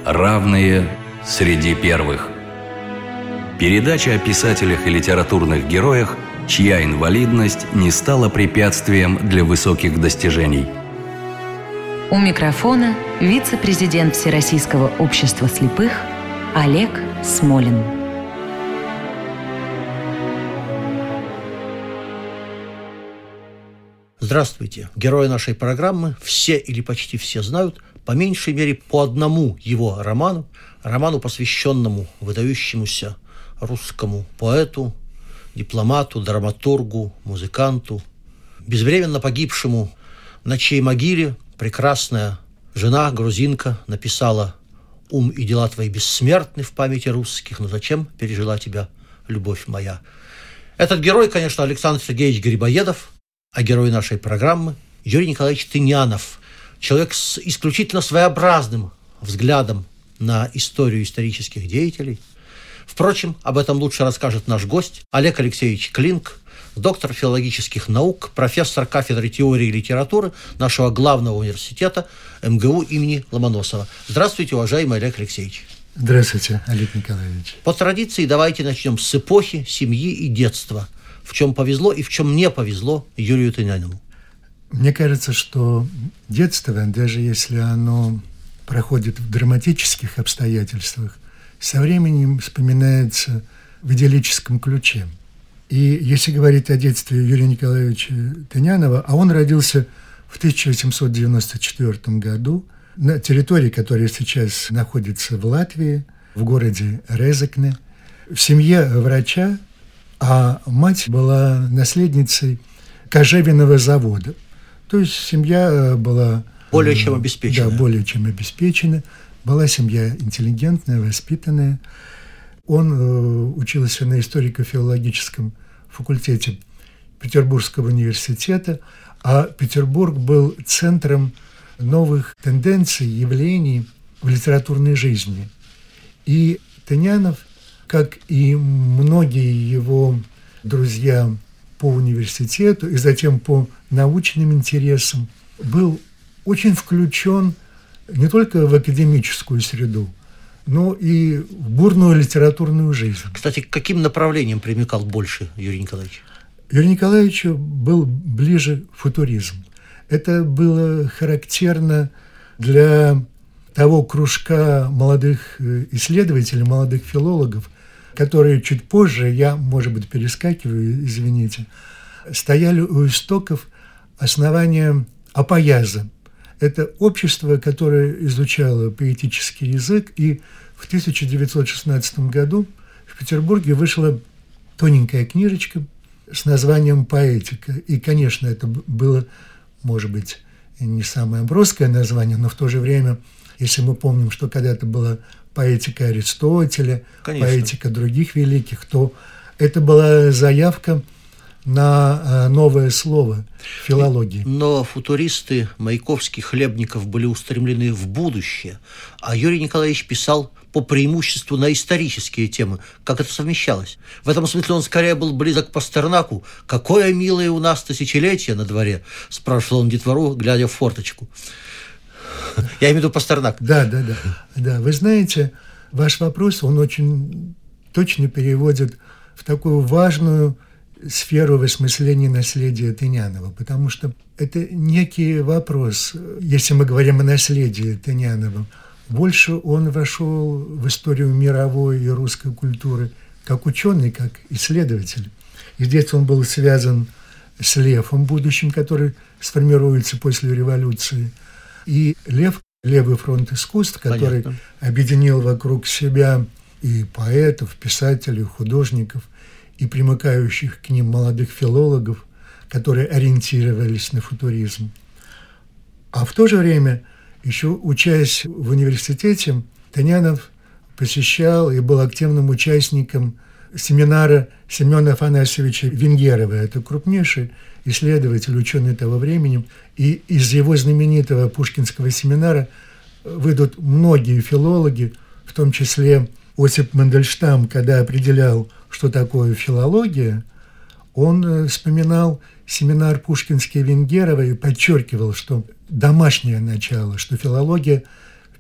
Равные среди первых. Передача о писателях и литературных героях, чья инвалидность не стала препятствием для высоких достижений. У микрофона вице-президент Всероссийского общества слепых Олег Смолин. Здравствуйте. Герои нашей программы все или почти все знают по меньшей мере по одному его роману, посвященному выдающемуся русскому поэту, дипломату, драматургу, музыканту, безвременно погибшему, на чьей могиле прекрасная жена, грузинка, написала: «Ум и дела твои бессмертны в памяти русских, но зачем пережила тебя любовь моя». Этот герой, конечно, Александр Сергеевич Грибоедов, а герой нашей программы Юрий Николаевич Тынянов, человек с исключительно своеобразным взглядом на историю исторических деятелей. Впрочем, об этом лучше расскажет наш гость Олег Алексеевич Клинк, доктор филологических наук, профессор кафедры теории и литературы нашего главного университета МГУ имени Ломоносова. Здравствуйте, уважаемый Олег Алексеевич. Здравствуйте, Олег Николаевич. По традиции давайте начнем с эпохи, семьи и детства. В чем повезло и в чем не повезло Юрию Тынянову? Мне кажется, что детство, даже если оно проходит в драматических обстоятельствах, со временем вспоминается в идиллическом ключе. И если говорить о детстве Юрия Николаевича Тынянова, а он родился в 1894 году на территории, которая сейчас находится в Латвии, в городе Резекне, в семье врача, а мать была наследницей кожевенного завода. То есть семья была... Более чем обеспечена. Да, более чем обеспечена. Была семья интеллигентная, воспитанная. Он учился на историко-филологическом факультете Петербургского университета, а Петербург был центром новых тенденций, явлений в литературной жизни. И Тынянов, как и многие его друзья по университету и затем по научным интересам, был очень включен не только в академическую среду, но и в бурную литературную жизнь. Кстати, к каким направлениям примыкал больше Юрий Николаевич? Юрий Николаевич был ближе футуризм. Это было характерно для того кружка молодых исследователей, молодых филологов, которые чуть позже, я, может быть, перескакиваю, извините, стояли у истоков основания Апояза. Это общество, которое изучало поэтический язык, и в 1916 году в Петербурге вышла тоненькая книжечка с названием «Поэтика». И, конечно, это было, может быть, не самое броское название, но в то же время, если мы помним, что когда-то была поэтика Аристотеля, конечно, поэтика других великих, то это была заявка на новое слово филологии. Но футуристы Маяковский, Хлебников были устремлены в будущее, а Юрий Николаевич писал по преимуществу на исторические темы. Как это совмещалось? В этом смысле он скорее был близок к Пастернаку. «Какое милое у нас тысячелетие на дворе?» – спрашивал он детвору, глядя в форточку. Я имею в виду Пастернак. Да. Вы знаете, ваш вопрос, он очень точно переводит в такую важную сферу в осмыслении наследия Тынянова, потому что это некий вопрос, если мы говорим о наследии Тынянова. Больше он вошел в историю мировой и русской культуры как ученый, как исследователь. И здесь он был связан с Левом будущим, который сформируется после революции. И Лев, Левый фронт искусств, который объединил вокруг себя и поэтов, писателей, художников, и примыкающих к ним молодых филологов, которые ориентировались на футуризм. А в то же время, еще учась в университете, Тынянов посещал и был активным участником семинара Семена Афанасьевича Венгерова. Это крупнейший исследователь, ученый того времени. И из его знаменитого пушкинского семинара выйдут многие филологи, в том числе Осип Мандельштам, когда определял, что такое филология, он вспоминал семинар Пушкинский Венгерова и подчеркивал, что домашнее начало, что филология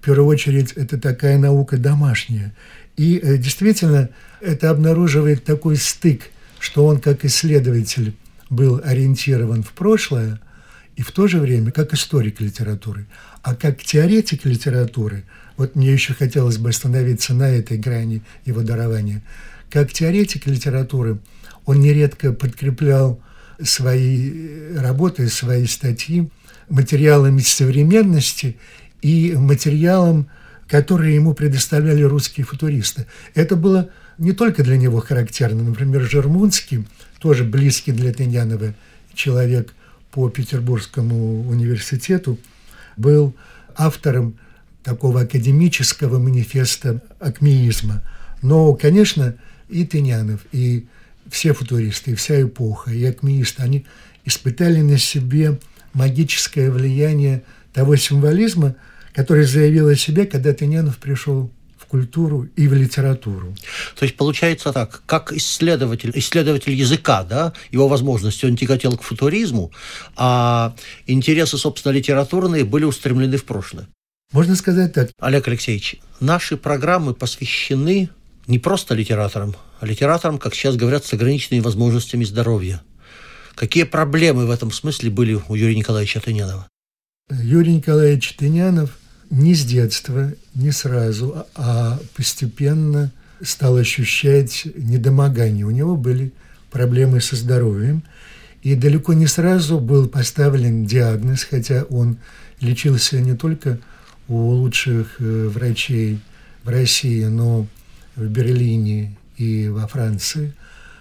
первую очередь, это такая наука домашняя. И действительно, это обнаруживает такой стык, что он как исследователь был ориентирован в прошлое, и в то же время как историк литературы. А как теоретик литературы, вот мне еще хотелось бы остановиться на этой грани его дарования, как теоретик литературы он нередко подкреплял свои работы, свои статьи материалами современности и материалом, которые ему предоставляли русские футуристы. Это было не только для него характерно. Например, Жермунский, тоже близкий для Тынянова человек по Петербургскому университету, был автором такого академического манифеста акмеизма. Но, конечно, и Тынянов, и все футуристы, и вся эпоха, и акмеисты, они испытали на себе магическое влияние того символизма, который заявил о себе, когда Тынянов пришел в культуру и в литературу. То есть получается так, как исследователь языка, да, его возможности, он тяготел к футуризму, а интересы, собственно, литературные были устремлены в прошлое. Можно сказать так. Олег Алексеевич, наши программы посвящены не просто литераторам, а литераторам, как сейчас говорят, с ограниченными возможностями здоровья. Какие проблемы в этом смысле были у Юрия Николаевича Тынянова? Юрий Николаевич Тынянов не с детства, не сразу, а постепенно стал ощущать недомогание. У него были проблемы со здоровьем, и далеко не сразу был поставлен диагноз, хотя он лечился не только у лучших врачей в России, но в Берлине и во Франции.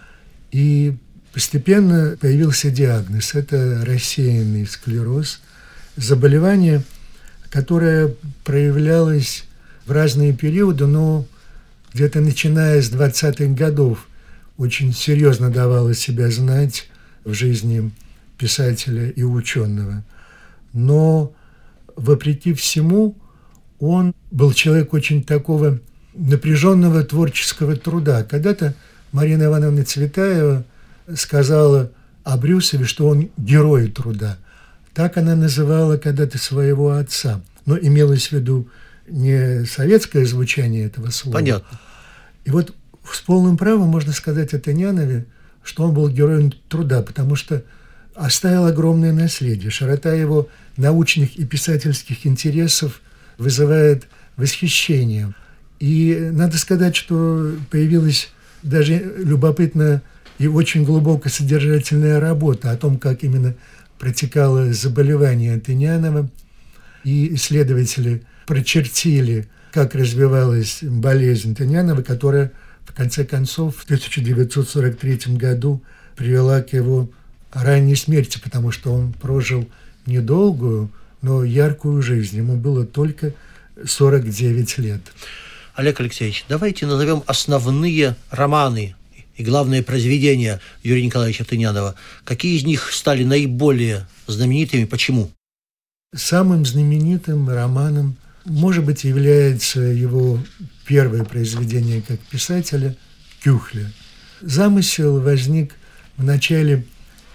И постепенно появился диагноз. Это рассеянный склероз, заболевание, которое проявлялось в разные периоды, но где-то начиная с 20-х годов очень серьезно давало себя знать в жизни писателя и ученого. Но, вопреки всему, он был человек очень такого напряженного творческого труда. Когда-то Марина Ивановна Цветаева сказала о Брюсове, что он герой труда. Так она называла когда-то своего отца. Но имелось в виду не советское звучание этого слова. Понятно. И вот с полным правом можно сказать о Тынянове, что он был героем труда, потому что оставил огромное наследие. Широта его научных и писательских интересов вызывает восхищение. И надо сказать, что появилась даже любопытная и очень глубоко содержательная работа о том, как именно протекало заболевание Тынянова. И исследователи прочертили, как развивалась болезнь Тынянова, которая в конце концов в 1943 году привела к его ранней смерти, потому что он прожил недолгую, но яркую жизнь. Ему было только 49 лет. Олег Алексеевич, давайте назовем основные романы и главные произведения Юрия Николаевича Тынянова. Какие из них стали наиболее знаменитыми? Почему? Самым знаменитым романом, может быть, является его первое произведение как писателя «Кюхля». Замысел возник в начале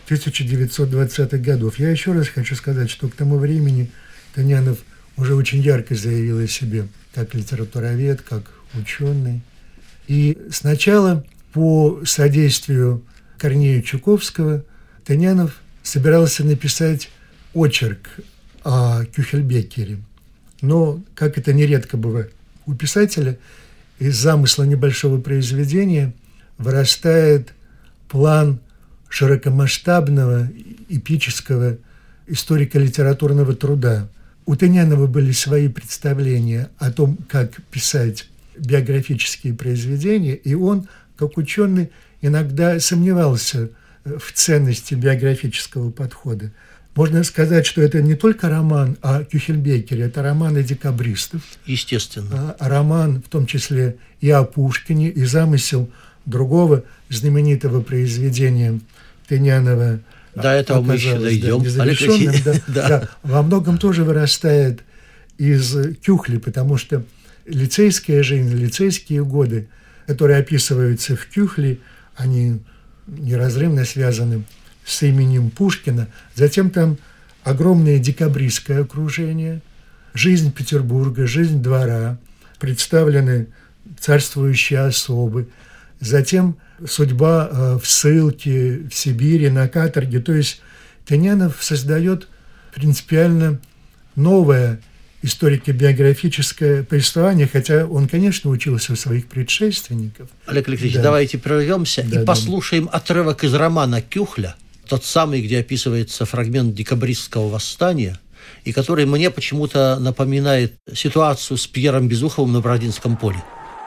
1920-х годов. Я еще раз хочу сказать, что к тому времени Тынянов уже очень ярко заявил о себе как литературовед, как ученый. И сначала по содействию Корнея Чуковского Тынянов собирался написать очерк о Кюхельбекере. Но, как это нередко бывает у писателя, из замысла небольшого произведения вырастает план широкомасштабного, эпического историко-литературного труда. У Тынянова были свои представления о том, как писать биографические произведения, и он, как ученый, иногда сомневался в ценности биографического подхода. Можно сказать, что это не только роман о Кюхельбекере, это роман о декабристов. Естественно. Роман, в том числе, и о Пушкине, и замысел другого знаменитого произведения Тынянова. До этого мы еще дойдем. Да, во многом тоже вырастает из Кюхли, потому что лицейская жизнь, лицейские годы, которые описываются в Кюхле, они неразрывно связаны с именем Пушкина. Затем там огромное декабристское окружение, жизнь Петербурга, жизнь двора, представлены царствующие особы, затем судьба в ссылке, в Сибири, на каторге. То есть Тынянов создает принципиально новое историко-биографическое повествование, хотя он, конечно, учился у своих предшественников. Олег Алексеевич, давайте прервемся и послушаем отрывок из романа Кюхля, тот самый, где описывается фрагмент декабристского восстания, и который мне почему-то напоминает ситуацию с Пьером Безуховым на Бородинском поле.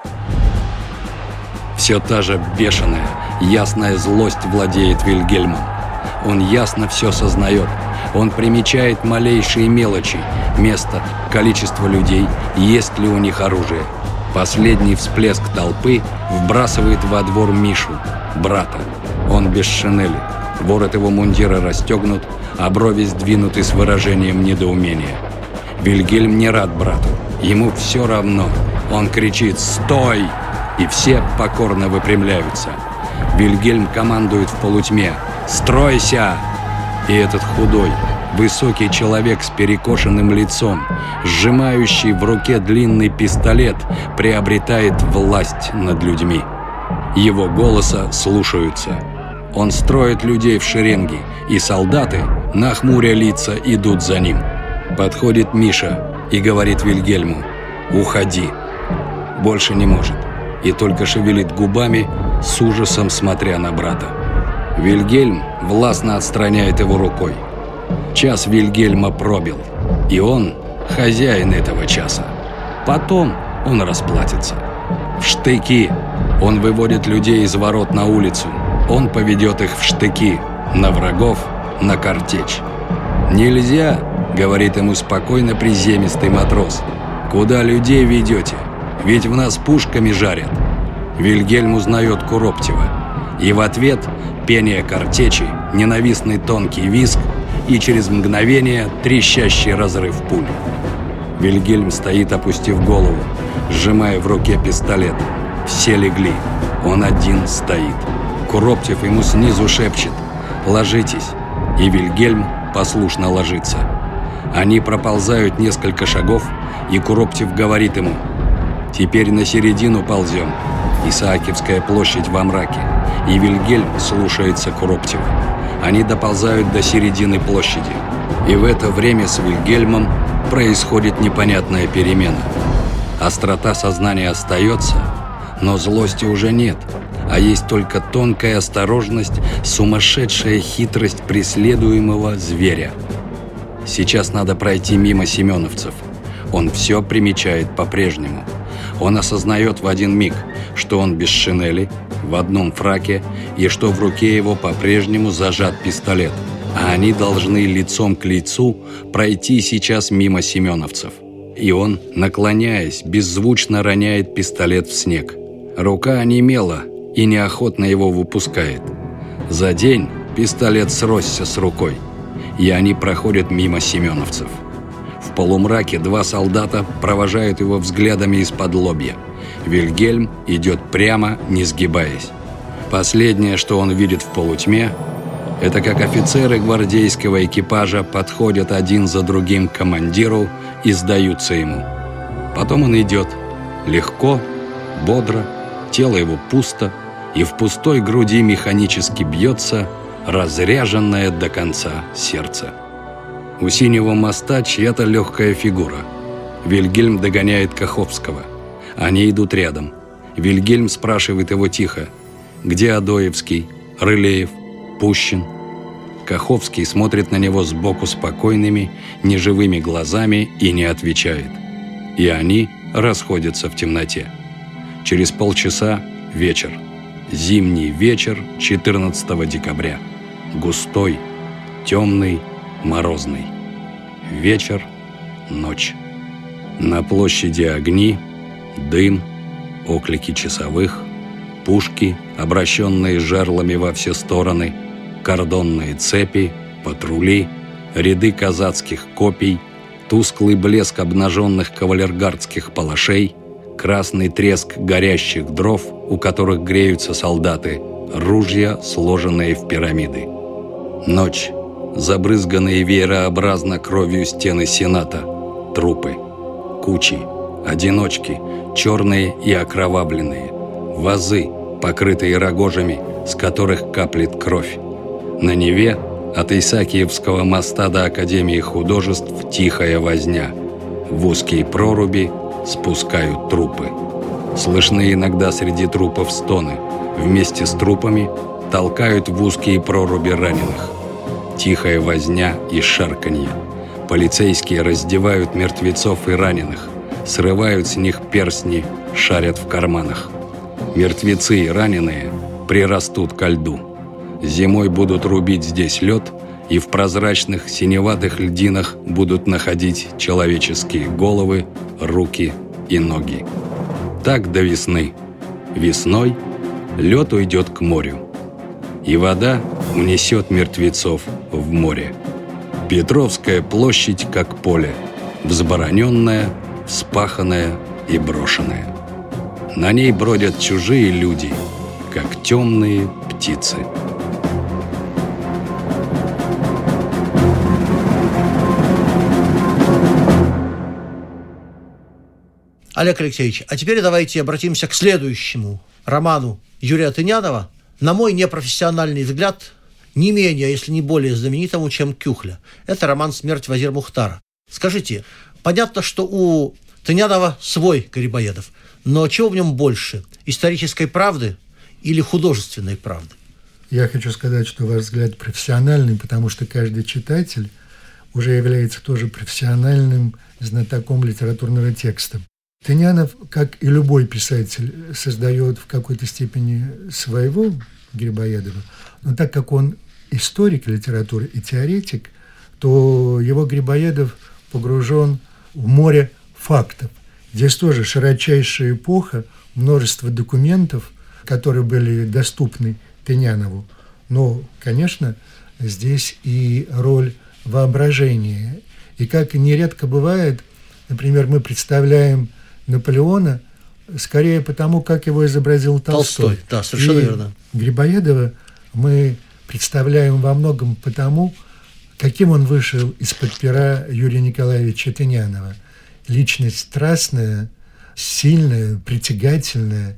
Все та же бешеная, ясная злость владеет Вильгельмом. Он ясно все сознает. Он примечает малейшие мелочи: место, количество людей, есть ли у них оружие. Последний всплеск толпы вбрасывает во двор Мишу, брата. Он без шинели. Ворот его мундира расстегнут, а брови сдвинуты с выражением недоумения. Вильгельм не рад брату. Ему все равно. Он кричит «Стой!» и все покорно выпрямляются. Вильгельм командует в полутьме «Стройся!» И этот худой, высокий человек с перекошенным лицом, сжимающий в руке длинный пистолет, приобретает власть над людьми. Его голоса слушаются. Он строит людей в шеренги, и солдаты, нахмуря лица, идут за ним. Подходит Миша и говорит Вильгельму «Уходи». Больше не может, и только шевелит губами, с ужасом смотря на брата. Вильгельм властно отстраняет его рукой. Час Вильгельма пробил, и он хозяин этого часа. Потом он расплатится. В штыки. Он выводит людей из ворот на улицу. Он поведет их в штыки, на врагов, на картечь. «Нельзя», — говорит ему спокойно приземистый матрос. «Куда людей ведете? Ведь в нас пушками жарят». Вильгельм узнает Куроптева. И в ответ пение картечи, ненавистный тонкий визг и через мгновение трещащий разрыв пуль. Вильгельм стоит, опустив голову, сжимая в руке пистолет. Все легли. Он один стоит. Куроптев ему снизу шепчет «Ложитесь», и Вильгельм послушно ложится. Они проползают несколько шагов, и Куроптев говорит ему «Теперь на середину ползем». Исаакиевская площадь во мраке, и Вильгельм слушается Куроптева. Они доползают до середины площади, и в это время с Вильгельмом происходит непонятная перемена. Острота сознания остается, но злости уже нет, а есть только тонкая осторожность, сумасшедшая хитрость преследуемого зверя. Сейчас надо пройти мимо семеновцев. Он все примечает по-прежнему. Он осознает в один миг, что он без шинели, в одном фраке, и что в руке его по-прежнему зажат пистолет, а они должны лицом к лицу пройти сейчас мимо семеновцев. И он, наклоняясь, беззвучно роняет пистолет в снег. Рука онемела и неохотно его выпускает. За день пистолет сросся с рукой, и они проходят мимо семеновцев. В полумраке два солдата провожают его взглядами из-под лобья. Вильгельм идет прямо, не сгибаясь. Последнее, что он видит в полутьме, это как офицеры гвардейского экипажа подходят один за другим к командиру и сдаются ему. Потом он идет легко, бодро, тело его пусто, и в пустой груди механически бьется разряженное до конца сердце. У синего моста чья-то легкая фигура. Вильгельм догоняет Каховского. Они идут рядом. Вильгельм спрашивает его тихо: «Где Адоевский, Рылеев, Пущин?» Каховский смотрит на него сбоку спокойными, неживыми глазами и не отвечает. И они расходятся в темноте. Через полчаса вечер. Зимний вечер 14 декабря. Густой, темный, морозный. Вечер, ночь. На площади огни, дым, оклики часовых, пушки, обращенные жерлами во все стороны, кордонные цепи, патрули, ряды казацких копий, тусклый блеск обнаженных кавалергардских палашей, красный треск горящих дров, у которых греются солдаты, ружья, сложенные в пирамиды. Ночь, забрызганные веерообразно кровью стены Сената, трупы. Кучи, одиночки, черные и окровавленные. Вазы, покрытые рогожами, с которых каплет кровь. На Неве от Исаакиевского моста до Академии художеств тихая возня. В узкие проруби спускают трупы. Слышны иногда среди трупов стоны. Вместе с трупами толкают в узкие проруби раненых. Тихая возня и шарканье. Полицейские раздевают мертвецов и раненых, срывают с них перстни, шарят в карманах. Мертвецы и раненые прирастут ко льду. Зимой будут рубить здесь лед, и в прозрачных синеватых льдинах будут находить человеческие головы, руки и ноги. Так до весны. Весной лед уйдет к морю, и вода унесет мертвецов в море. Петровская площадь как поле, взбороненная, вспаханная и брошенная. На ней бродят чужие люди, как темные птицы. Олег Алексеевич, а теперь давайте обратимся к следующему роману Юрия Тынянова. На мой непрофессиональный взгляд, не менее, если не более знаменитому, чем «Кюхля». Это роман «Смерть Вазир Мухтара». Скажите, понятно, что у Тынянова свой Грибоедов, но чего в нем больше? Исторической правды или художественной правды? Я хочу сказать, что ваш взгляд профессиональный, потому что каждый читатель уже является тоже профессиональным знатоком литературного текста. Тынянов, как и любой писатель, создает в какой-то степени своего Грибоедова, но так как он историк литературы и теоретик, то его Грибоедов погружен в море фактов. Здесь тоже широчайшая эпоха, множество документов, которые были доступны Тынянову. Но, конечно, здесь и роль воображения. И как нередко бывает, например, мы представляем Наполеона скорее потому, как его изобразил Толстой. Да, совершенно верно. Грибоедова мы представляем во многом потому, каким он вышел из-под пера Юрия Николаевича Тынянова. Личность страстная, сильная, притягательная.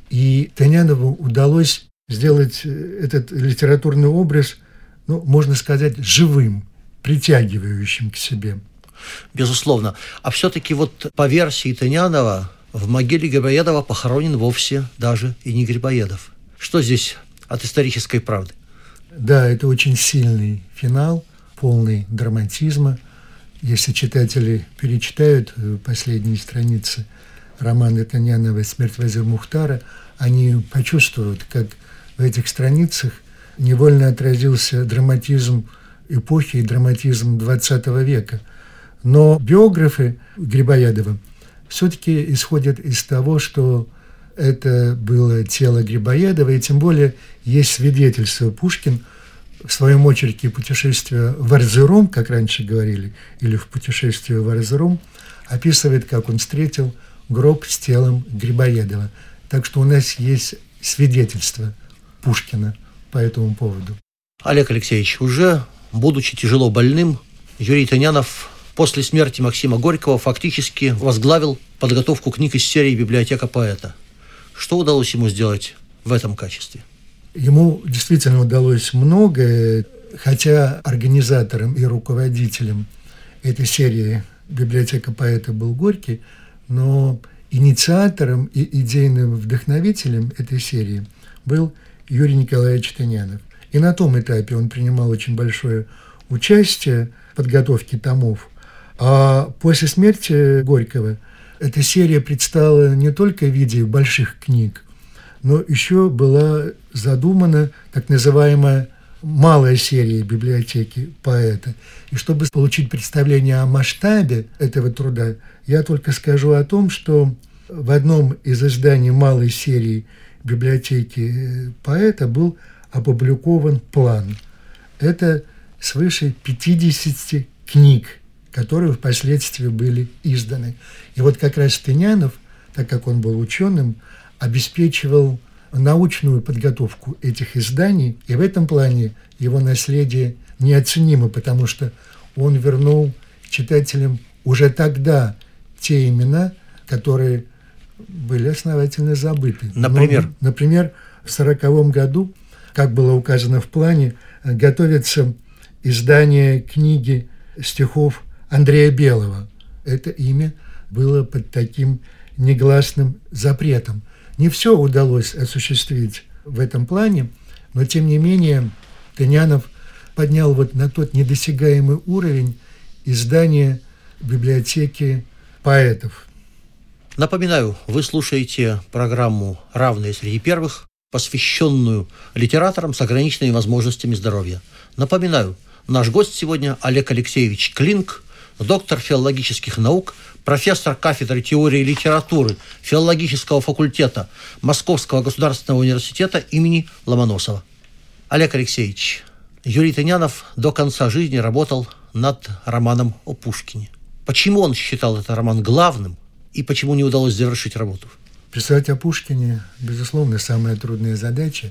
И Тынянову удалось сделать этот литературный образ, можно сказать, живым, притягивающим к себе. Безусловно. А все-таки по версии Тынянова в могиле Грибоедова похоронен вовсе даже и не Грибоедов. Что здесь от исторической правды? Да, это очень сильный финал, полный драматизма. Если читатели перечитают последние страницы романа Тынянова «Смерть Вазир Мухтара», они почувствуют, как в этих страницах невольно отразился драматизм эпохи и драматизм XX века. Но биографы Грибоедова все-таки исходят из того, что это было тело Грибоедова, и тем более есть свидетельство. Пушкин в своем очерке «Путешествие в Эрзерум», как раньше говорили, или в «Путешествие в Эрзерум», описывает, как он встретил гроб с телом Грибоедова. Так что у нас есть свидетельство Пушкина по этому поводу. Олег Алексеевич, уже будучи тяжело больным, Юрий Тынянов после смерти Максима Горького фактически возглавил подготовку книг из серии «Библиотека поэта». Что удалось ему сделать в этом качестве? Ему действительно удалось многое, хотя организатором и руководителем этой серии «Библиотека поэта» был Горький, но инициатором и идейным вдохновителем этой серии был Юрий Николаевич Тынянов. И на том этапе он принимал очень большое участие в подготовке томов. А после смерти Горького эта серия предстала не только в виде больших книг, но еще была задумана так называемая малая серия библиотеки поэта. И чтобы получить представление о масштабе этого труда, я только скажу о том, что в одном из изданий малой серии библиотеки поэта был опубликован план. Это свыше 50 книг, которые впоследствии были изданы. И как раз Тынянов, так как он был ученым, обеспечивал научную подготовку этих изданий, и в этом плане его наследие неоценимо, потому что он вернул читателям уже тогда те имена, которые были основательно забыты. Например? Например, в 1940 году, как было указано в плане, готовится издание книги стихов Андрея Белого. Это имя было под таким негласным запретом. Не все удалось осуществить в этом плане, но тем не менее Тынянов поднял вот на тот недосягаемый уровень издания библиотеки поэтов. Напоминаю, вы слушаете программу «Равные среди первых», посвященную литераторам с ограниченными возможностями здоровья. Напоминаю, наш гость сегодня Олег Алексеевич Клинк, доктор филологических наук, профессор кафедры теории литературы филологического факультета Московского государственного университета имени Ломоносова. Олег Алексеевич, Юрий Тынянов до конца жизни работал над романом о Пушкине. Почему он считал этот роман главным и почему не удалось завершить работу? Писать о Пушкине, безусловно, самая трудная задача.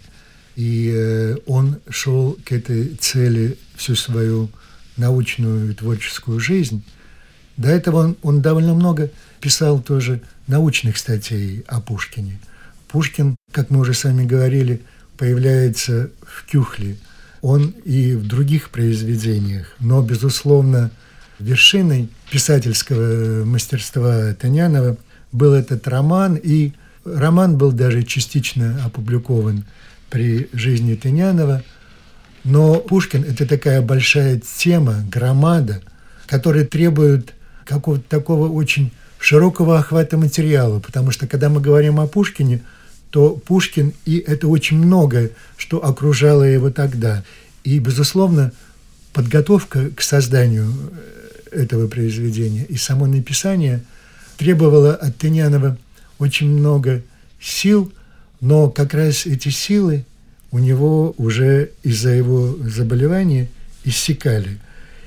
И он шел к этой цели всю свою научную и творческую жизнь. До этого он довольно много писал тоже научных статей о Пушкине. Пушкин, как мы уже сами говорили, появляется в «Кюхле». Он и в других произведениях, но, безусловно, вершиной писательского мастерства Тынянова был этот роман, и роман был даже частично опубликован при жизни Тынянова. Но Пушкин – это такая большая тема, громада, которая требует какого-то такого очень широкого охвата материала, потому что, когда мы говорим о Пушкине, то Пушкин, и это очень многое, что окружало его тогда. И, безусловно, подготовка к созданию этого произведения и само написание требовало от Тынянова очень много сил, но как раз эти силы у него уже из-за его заболевания иссякали.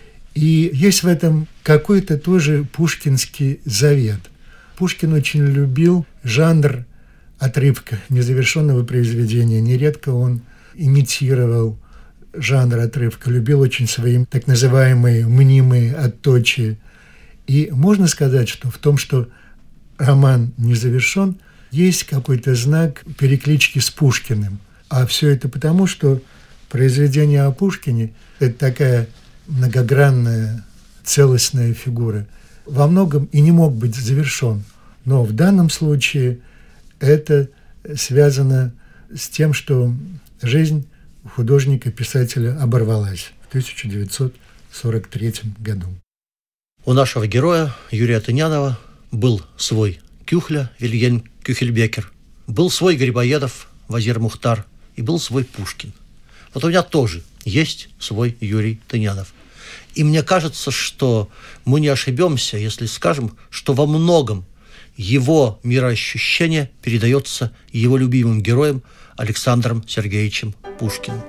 И есть в этом какой-то тоже пушкинский завет. Пушкин очень любил жанр отрывка, незавершенного произведения. Нередко он имитировал жанр отрывка, любил очень свои так называемые мнимые отточия. И можно сказать, что в том, что роман не завершен, есть какой-то знак переклички с Пушкиным. А все это потому, что произведение о Пушкине – это такая многогранная, целостная фигура. Во многом и не мог быть завершен. Но в данном случае это связано с тем, что жизнь художника-писателя оборвалась в 1943 году. У нашего героя Юрия Тынянова был свой Кюхля, Вильгельм Кюхельбекер, был свой Грибоедов, Вазир Мухтар, и был свой Пушкин. Вот у меня тоже есть свой Юрий Тынянов. И мне кажется, что мы не ошибемся, если скажем, что во многом его мироощущение передается его любимым героем Александром Сергеевичем Пушкиным.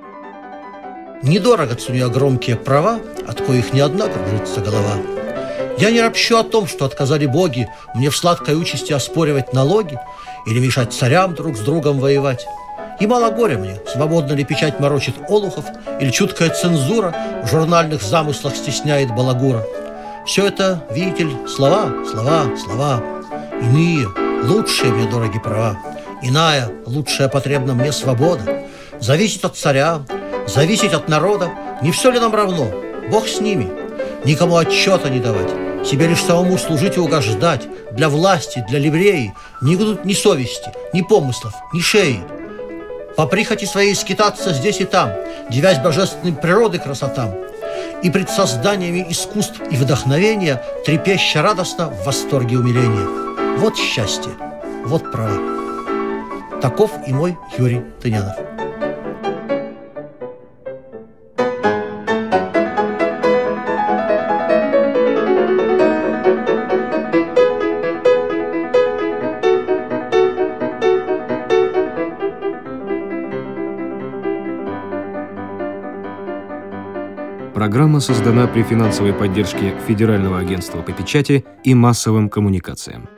Недорого ценю громкие права, от коих не одна кружится голова. Я не ропщу о том, что отказали боги мне в сладкой участи оспоривать налоги или мешать царям друг с другом воевать. И мало горя мне, свободно ли печать морочит олухов, или чуткая цензура в журнальных замыслах стесняет балагура. Все это, видите ли, слова, слова, слова. Иные, лучшие мне дороги права. Иная, лучшая потребна мне свобода. Зависеть от царя, зависеть от народа. Не все ли нам равно? Бог с ними. Никому отчета не давать. Себе лишь самому служить и угождать. Для власти, для ливреи не будут ни совести, ни помыслов, ни шеи. По прихоти своей скитаться здесь и там, дивясь божественной природы красотам, и пред созданиями искусств и вдохновения трепеща радостно в восторге умиления. Вот счастье, вот право. Таков и мой Юрий Тынянов. Программа создана при финансовой поддержке Федерального агентства по печати и массовым коммуникациям.